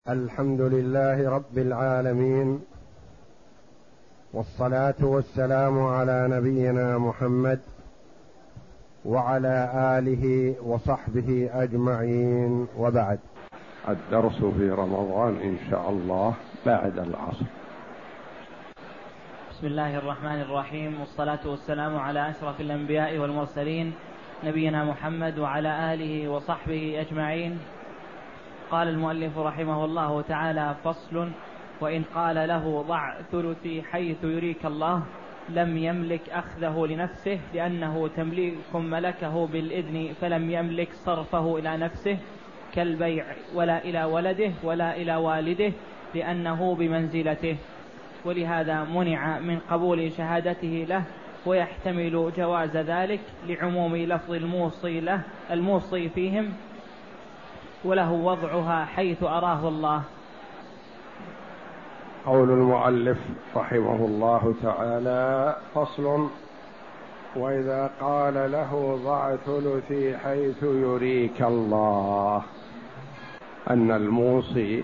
الحمد لله رب العالمين، والصلاة والسلام على نبينا محمد وعلى آله وصحبه أجمعين، وبعد. الدرس في رمضان إن شاء الله بعد العصر. بسم الله الرحمن الرحيم، والصلاة والسلام على أشرف الأنبياء والمرسلين نبينا محمد وعلى آله وصحبه أجمعين. قال المؤلف رحمه الله تعالى: فصل: وإن قال له ضع ثلثي حيث يريك الله لم يملك أخذه لنفسه، لأنه تمليك ملكه بالإذن فلم يملك صرفه إلى نفسه كالبيع، ولا إلى ولده ولا إلى والده، لأنه بمنزلته، ولهذا منع من قبول شهادته له، ويحتمل جواز ذلك لعموم لفظ الموصي فيهم، وله وضعها حيث أراه الله. قول المؤلف رحمه الله تعالى: فصل: وإذا قال له ضع ثلثي حيث يريك الله، أن الموصي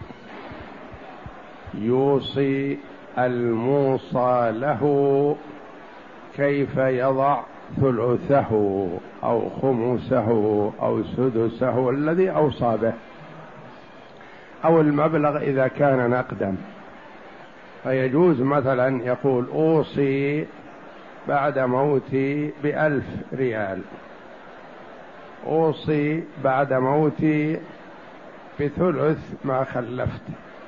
يوصي الموصى له كيف يضع ثلثه أو خمسه أو سدسه الذي أوصى به، أو المبلغ إذا كان نقدا. فيجوز مثلا يقول: أوصي بعد موتي ب1,000 ريال، أوصي بعد موتي بثلث ما خلفت،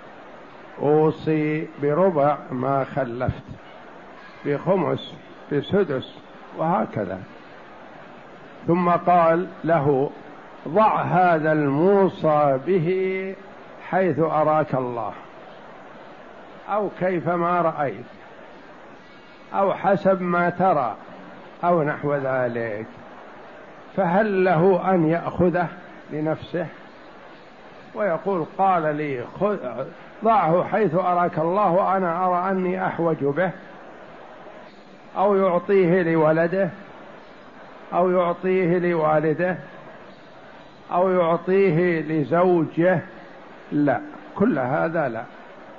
أوصي بربع ما خلفت، بخمس، بسدس، وهكذا. ثم قال له: ضع هذا الموصى به حيث أراك الله، أو كيفما رأيت، أو حسب ما ترى، أو نحو ذلك. فهل له أن يأخذه لنفسه ويقول: قال لي ضعه حيث أراك الله وأنا أرى أني أحوج به، أو يعطيه لولده، أو يعطيه لوالده، أو يعطيه لزوجه؟ لا، كل هذا لا،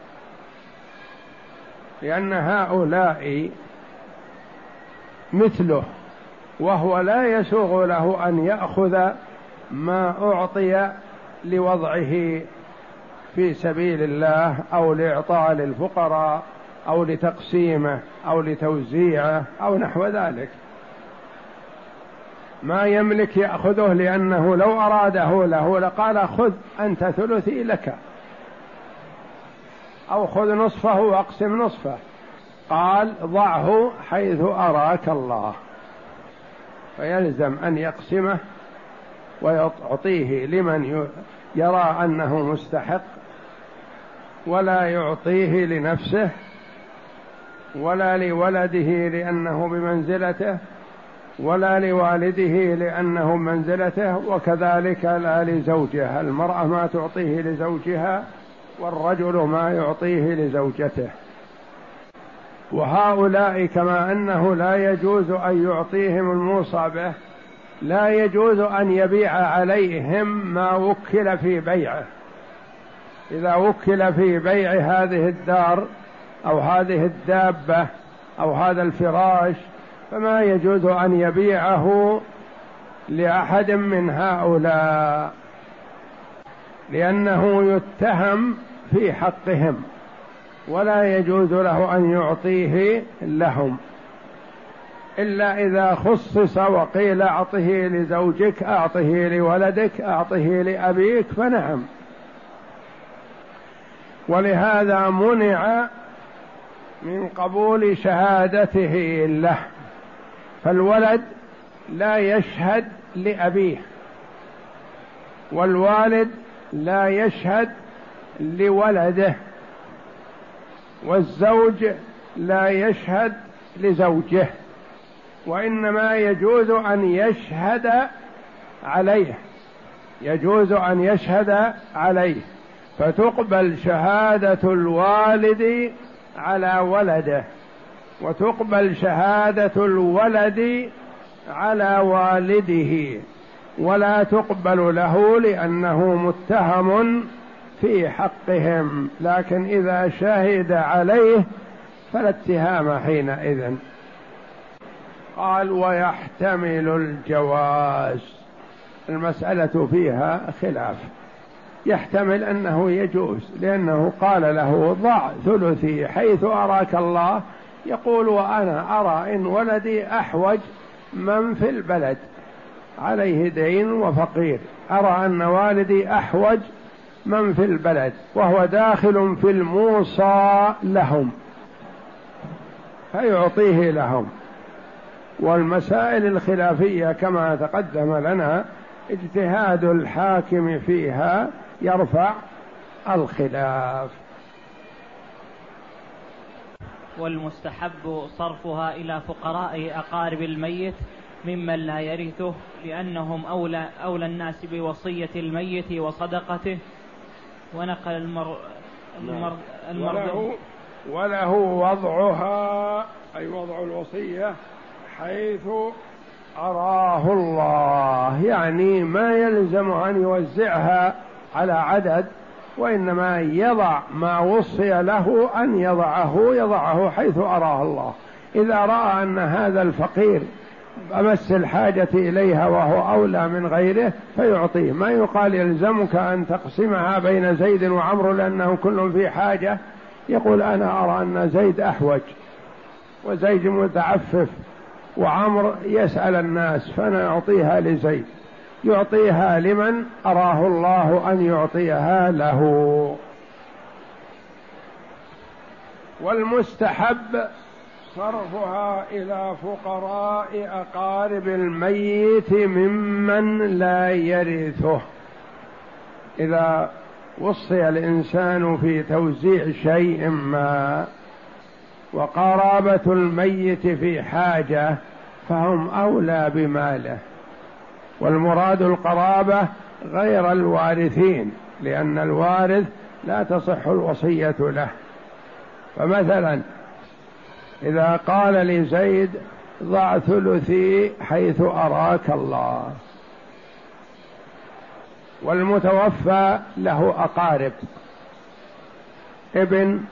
لأن هؤلاء مثله، وهو لا يسوغ له أن يأخذ ما أعطي لوضعه في سبيل الله، أو لإعطاء للفقراء، أو لتقسيمه، أو لتوزيعه، أو نحو ذلك. ما يملك يأخذه، لأنه لو أراده له لقال: خذ أنت ثلثي لك، أو خذ نصفه وأقسم نصفه. قال: ضعه حيث أراك الله، فيلزم أن يقسمه ويعطيه لمن يرى أنه مستحق، ولا يعطيه لنفسه ولا لولده لأنه بمنزلته، ولا لوالده لأنه بمنزلته، وكذلك لا لزوجها. المرأة ما تعطيه لزوجها، والرجل ما يعطيه لزوجته. وهؤلاء كما أنه لا يجوز أن يعطيهم الموصى به، لا يجوز أن يبيع عليهم ما وكل في بيعه. إذا وكل في بيع هذه الدار أو هذه الدابة أو هذا الفراش، فما يجوز أن يبيعه لأحد من هؤلاء، لأنه يتهم في حقهم، ولا يجوز له أن يعطيه لهم، إلا إذا خصص وقيل: أعطه لزوجك، أعطه لولدك، أعطه لأبيك، فنعم. ولهذا منع من قبول شهادته له. فالولد لا يشهد لأبيه، والوالد لا يشهد لولده، والزوج لا يشهد لزوجه، وإنما يجوز أن يشهد عليه، يجوز أن يشهد عليه، فتقبل شهادة الوالد على ولده، وتقبل شهادة الولد على والده، ولا تقبل له لأنه متهم في حقهم، لكن إذا شهد عليه فلا اتهام حينئذ. قال ويحتمل الجواز، المسألة فيها خلاف، يحتمل أنه يجوز، لأنه قال له ضع ثلثي حيث أراك الله، يقول وأنا أرى إن ولدي أحوج من في البلد، عليه دين وفقير، أرى أن والدي أحوج من في البلد وهو داخل في الموصى لهم فيعطيه لهم. والمسائل الخلافية كما تقدم لنا اجتهاد الحاكم فيها يرفع الخلاف. والمستحب صرفها إلى فقراء أقارب الميت ممن لا يرثه، لأنهم أولى الناس بوصية الميت وصدقته. ونقل وله وضعها، أي وضع الوصية حيث أراه الله، يعني ما يلزم أن يوزعها على عدد، وإنما يضع ما وصي له أن يضعه حيث أراه الله. إذا رأى أن هذا الفقير أمس الحاجة إليها وهو أولى من غيره فيعطيه، ما يقال يلزمك أن تقسمها بين زيد وعمرو لأنهم كلهم في حاجة، يقول أنا أرى أن زيد أحوج وزيد متعفف وعمر يسأل الناس فأنا أعطيها لزيد، يعطيها لمن أراه الله أن يعطيها له. والمستحب صرفها إلى فقراء أقارب الميت ممن لا يرثه. إذا وصي الإنسان في توزيع شيء ما وقرابة الميت في حاجة فهم أولى بماله، والمراد القرابة غير الوارثين، لأن الوارث لا تصح الوصية له. فمثلا إذا قال لزيد ضع ثلثي حيث أراك الله، والمتوفى له أقارب، ابن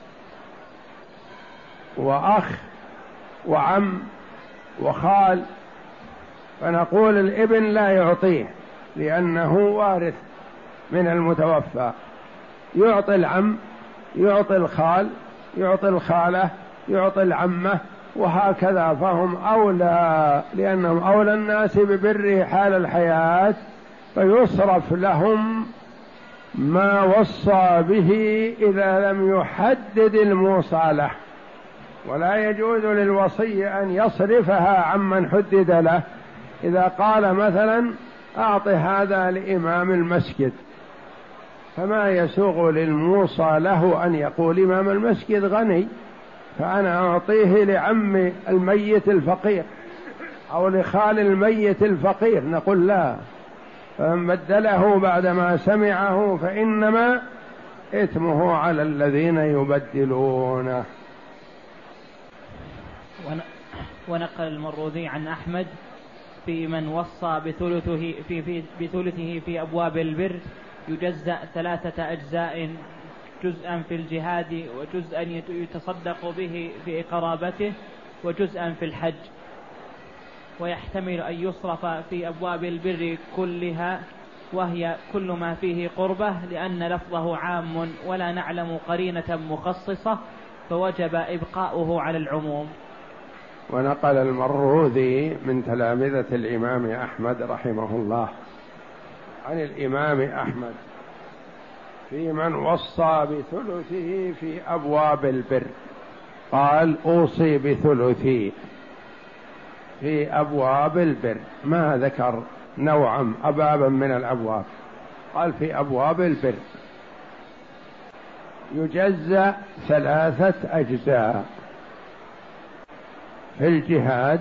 وأخ وعم وخال، فنقول الابن لا يعطيه لأنه وارث من المتوفى، يعطي العم، يعطي الخال، يعطي الخالة، يعطي العمة، وهكذا، فهم أولى لأنهم أولى الناس ببره حال الحياة، فيصرف لهم ما وصى به إذا لم يحدد الموصى له. ولا يجوز للوصي أن يصرفها عمن حدد له. إذا قال مثلا أعط هذا لإمام المسجد، فما يسوغ للموصى له أن يقول إمام المسجد غني فأنا أعطيه لعم الميت الفقير أو لخال الميت الفقير، نقول لا، فمن بدله بعدما سمعه فإنما إثمه على الذين يبدلونه. ونقل المروذي عن أحمد في من وصى بثلثه في أبواب البر يجزأ 3 أجزاء، جزءا في الجهاد، وجزءا يتصدق به في قرابته، وجزءا في الحج. ويحتمل أن يصرف في أبواب البر كلها، وهي كل ما فيه قربة، لأن لفظه عام ولا نعلم قرينة مخصصة، فوجب إبقاؤه على العموم. ونقل المروذي من تلامذة الإمام أحمد رحمه الله عن الإمام أحمد في من وصى بثلثه في أبواب البر، قال أوصي بثلثي في أبواب البر، ما ذكر نوعا أبابا من الأبواب، قال في أبواب البر يجزأ 3 أجزاء، في الجهاد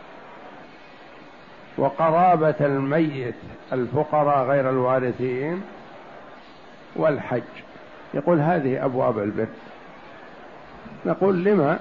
وقرابة الميت الفقراء غير الوارثين والحج. يقول هذه أبواب البر. نقول لما؟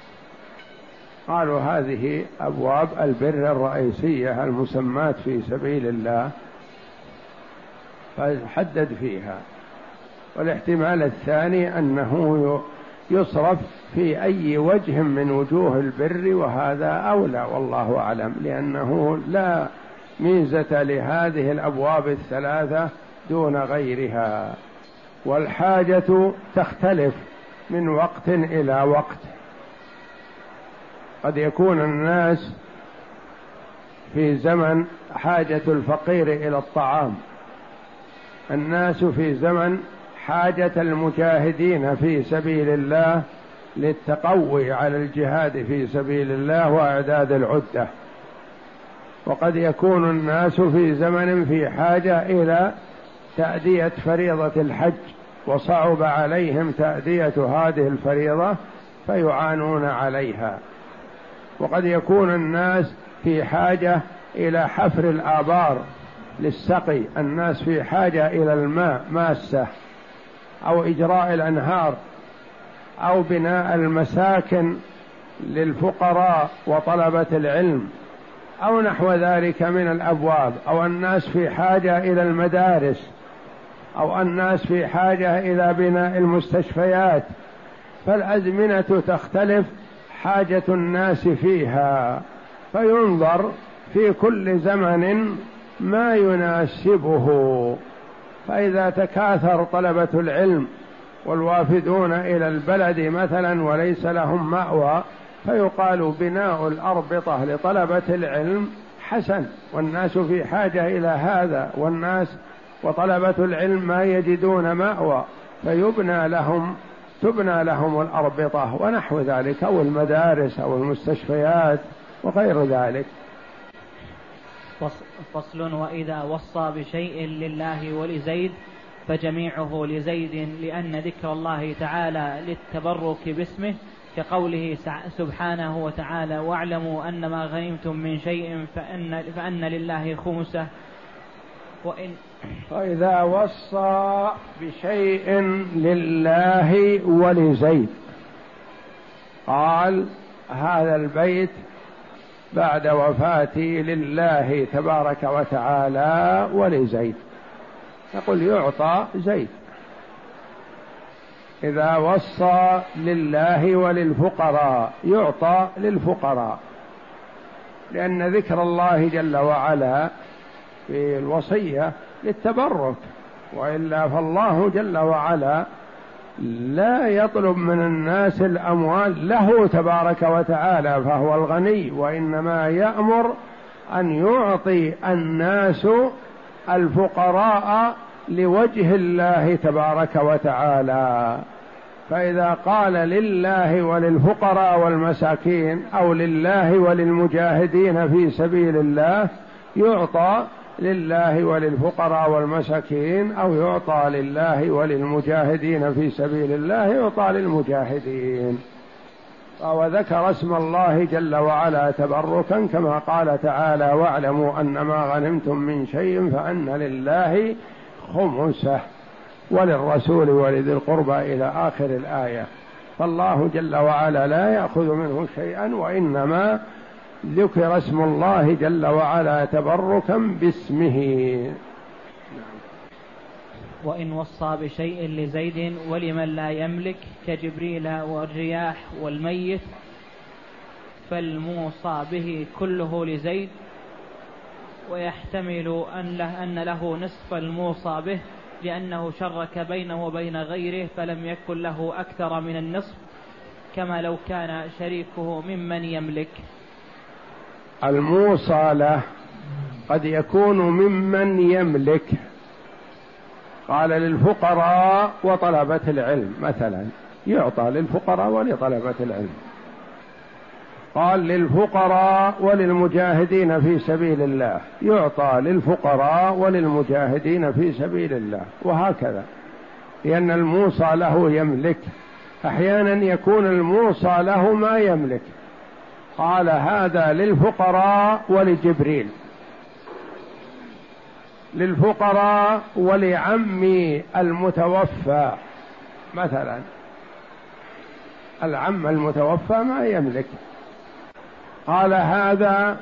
قالوا هذه أبواب البر الرئيسية المسمات في سبيل الله، فحدد فيها والاحتمال الثاني أنه يصرف في أي وجه من وجوه البر، وهذا أولى والله أعلم، لأنه لا ميزة لهذه الأبواب الثلاثة دون غيرها. والحاجة تختلف من وقت إلى وقت. قد يكون الناس في زمن حاجة الفقير إلى الطعام، الناس في زمن حاجة المجاهدين في سبيل الله للتقوي على الجهاد في سبيل الله وإعداد العدة. وقد يكون الناس في زمن في حاجة إلى تأدية فريضة الحج، وصعب عليهم تأدية هذه الفريضة فيعانون عليها. وقد يكون الناس في حاجة إلى حفر الآبار للسقي، الناس في حاجة إلى الماء ماسة، أو إجراء الأنهار، أو بناء المساكن للفقراء وطلبة العلم، أو نحو ذلك من الأبواب، أو الناس في حاجة إلى المدارس، أو الناس في حاجة إلى بناء المستشفيات. فالأزمنة تختلف حاجة الناس فيها، فينظر في كل زمن ما يناسبه. فإذا تكاثر طلبة العلم والوافدون إلى البلد مثلا وليس لهم مأوى، فيقال بناء الأربطة لطلبة العلم حسن، والناس في حاجة إلى هذا، والناس وطلبة العلم ما يجدون مأوى، تبنى لهم الأربطة ونحو ذلك، أو المدارس أو المستشفيات وغير ذلك. فصل: وإذا وصى بشيء لله ولزيد فجميعه لزيد، لأن ذكر الله تعالى للتبرك باسمه، كقوله سبحانه وتعالى: واعلموا أن ما غنمتم من شيء فأن لله خمسه. وإذا وصى بشيء لله ولزيد، قال هذا البيت بعد وفاتي لله تبارك وتعالى ولزيد، يقول يعطى زيد. إذا وصى لله وللفقراء يعطى للفقراء، لأن ذكر الله جل وعلا في الوصية للتبرك، وإلا فالله جل وعلا لا يطلب من الناس الأموال له تبارك وتعالى، فهو الغني، وإنما يأمر أن يعطي الناس الفقراء لوجه الله تبارك وتعالى. فإذا قال لله وللفقراء والمساكين، أو لله وللمجاهدين في سبيل الله، يعطى لله وللفقراء والمساكين، أو يعطى لله وللمجاهدين في سبيل الله، يعطى للمجاهدين. وذكر اسم الله جل وعلا تبركا، كما قال تعالى: واعلموا أن ما غنمتم من شيء فأن لله خمسه وللرسول ولذي القربى إلى آخر الآية. فالله جل وعلا لا يأخذ منه شيئا، وإنما ذكر اسم الله جل وعلا تبركا باسمه. وإن وصى بشيء لزيد ولمن لا يملك كجبريل والرياح والميت، فالموصى به كله لزيد، ويحتمل أن له نصف الموصى به، لأنه شرك بينه وبين غيره فلم يكن له أكثر من النصف، كما لو كان شريكه ممن يملك. الموصى له قد يكون ممن يملك، قال للفقراء وطلبة العلم مثلا، يعطى للفقراء ولطلبة العلم. قال للفقراء وللمجاهدين في سبيل الله، يعطى للفقراء وللمجاهدين في سبيل الله، وهكذا، لأن الموصى له يملك. أحيانا يكون الموصى له ما يملك، قال هذا للفقراء ولجبريل، للفقراء ولعمي المتوفى مثلا، العم المتوفى ما يملك، قال هذا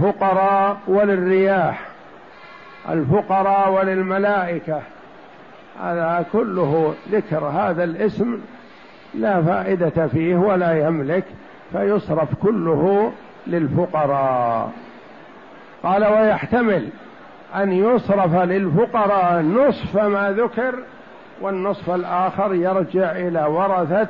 للفقراء وللرياح، الفقراء وللملائكة، هذا كله ذكر هذا الاسم لا فائدة فيه ولا يملك، فيصرف كله للفقراء. قال ويحتمل أن يصرف للفقراء نصف ما ذكر، والنصف الآخر يرجع إلى ورثة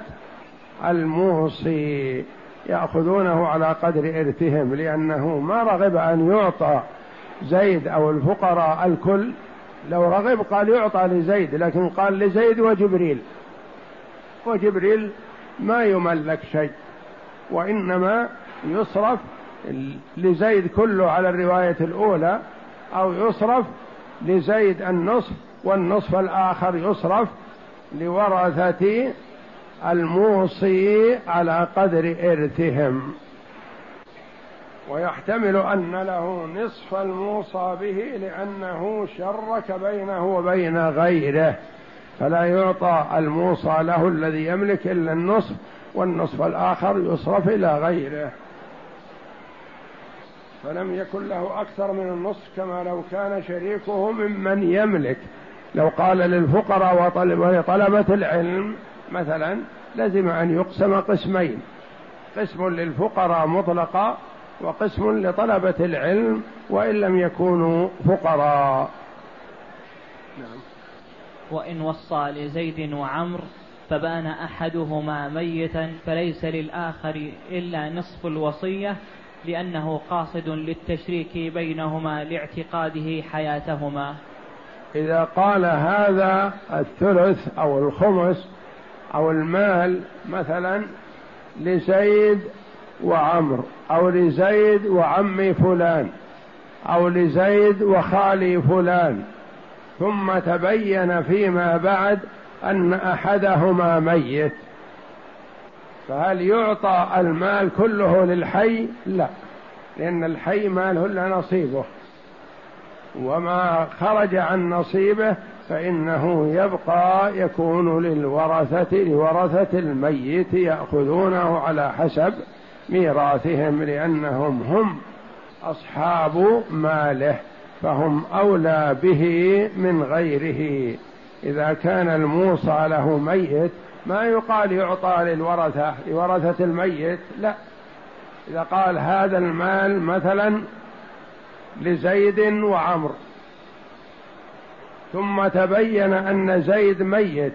الموصي يأخذونه على قدر إرثهم، لأنه ما رغب أن يعطى زيد أو الفقراء الكل. لو رغب قال يعطى لزيد، لكن قال لزيد وجبريل ما يملك شيء، وإنما يصرف لزيد كله على الرواية الأولى، أو يصرف لزيد النصف والنصف الآخر يصرف لورثة الموصي على قدر إرثهم. ويحتمل أن له نصف الموصى به لأنه شرك بينه وبين غيره، فلا يعطى الموصى له الذي يملك إلا النصف، والنصف الآخر يصرف إلى غيره، فلم يكن له أكثر من النصف كما لو كان شريكه ممن يملك. لو قال للفقراء ولطلبة العلم مثلا لازم أن يقسم قسمين، قسم للفقراء مطلقا وقسم لطلبة العلم وإن لم يكونوا فقراء. نعم. وإن وصى لزيد وعمر فبان أحدهما ميتا فليس للآخر إلا نصف الوصية، لأنه قاصد للتشريك بينهما لاعتقاده حياتهما. إذا قال هذا الثلث أو الخمس أو المال مثلا لزيد وعمر، أو لزيد وعم فلان، أو لزيد وخالي فلان، ثم تبين فيما بعد أن أحدهما ميت، فهل يعطى المال كله للحي؟ لا، لأن الحي ماله إلا نصيبه، وما خرج عن نصيبه فإنه يبقى يكون لورثة الميت يأخذونه على حسب ميراثهم، لأنهم هم أصحاب ماله، فهم أولى به من غيره. إذا كان الموصى له ميت ما يقال يعطى لورثة الميت، لا. إذا قال هذا المال مثلا لزيد وعمر، ثم تبين أن زيد ميت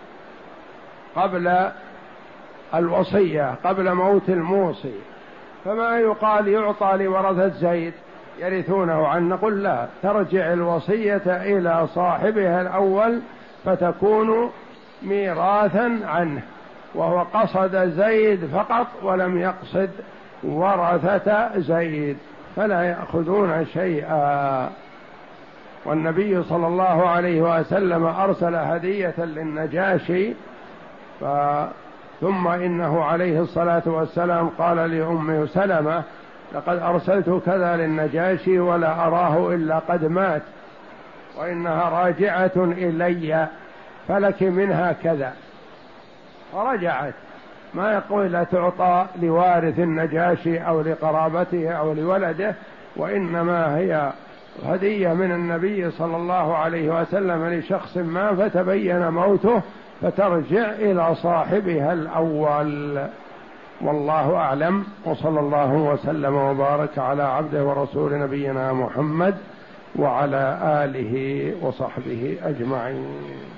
قبل الوصية، قبل موت الموصي، فما يقال يعطى لورثة زيد يرثونه عنه، نقول لا، ترجع الوصية إلى صاحبها الأول فتكون ميراثا عنه، وهو قصد زيد فقط ولم يقصد ورثة زيد، فلا يأخذون شيئا. والنبي صلى الله عليه وسلم أرسل هدية للنجاشي، ثم إنه عليه الصلاة والسلام قال لأم سلمة لقد أرسلت كذا للنجاشي ولا أراه إلا قد مات، وإنها راجعة إلي فلك منها كذا، فرجعت. ما يقول لا تعطى لوارث النجاشي أو لقرابته أو لولده، وإنما هي هدية من النبي صلى الله عليه وسلم لشخص ما فتبين موته، فترجع إلى صاحبها الأول. والله أعلم، وصلى الله وسلم وبارك على عبده ورسول نبينا محمد وعلى آله وصحبه أجمعين.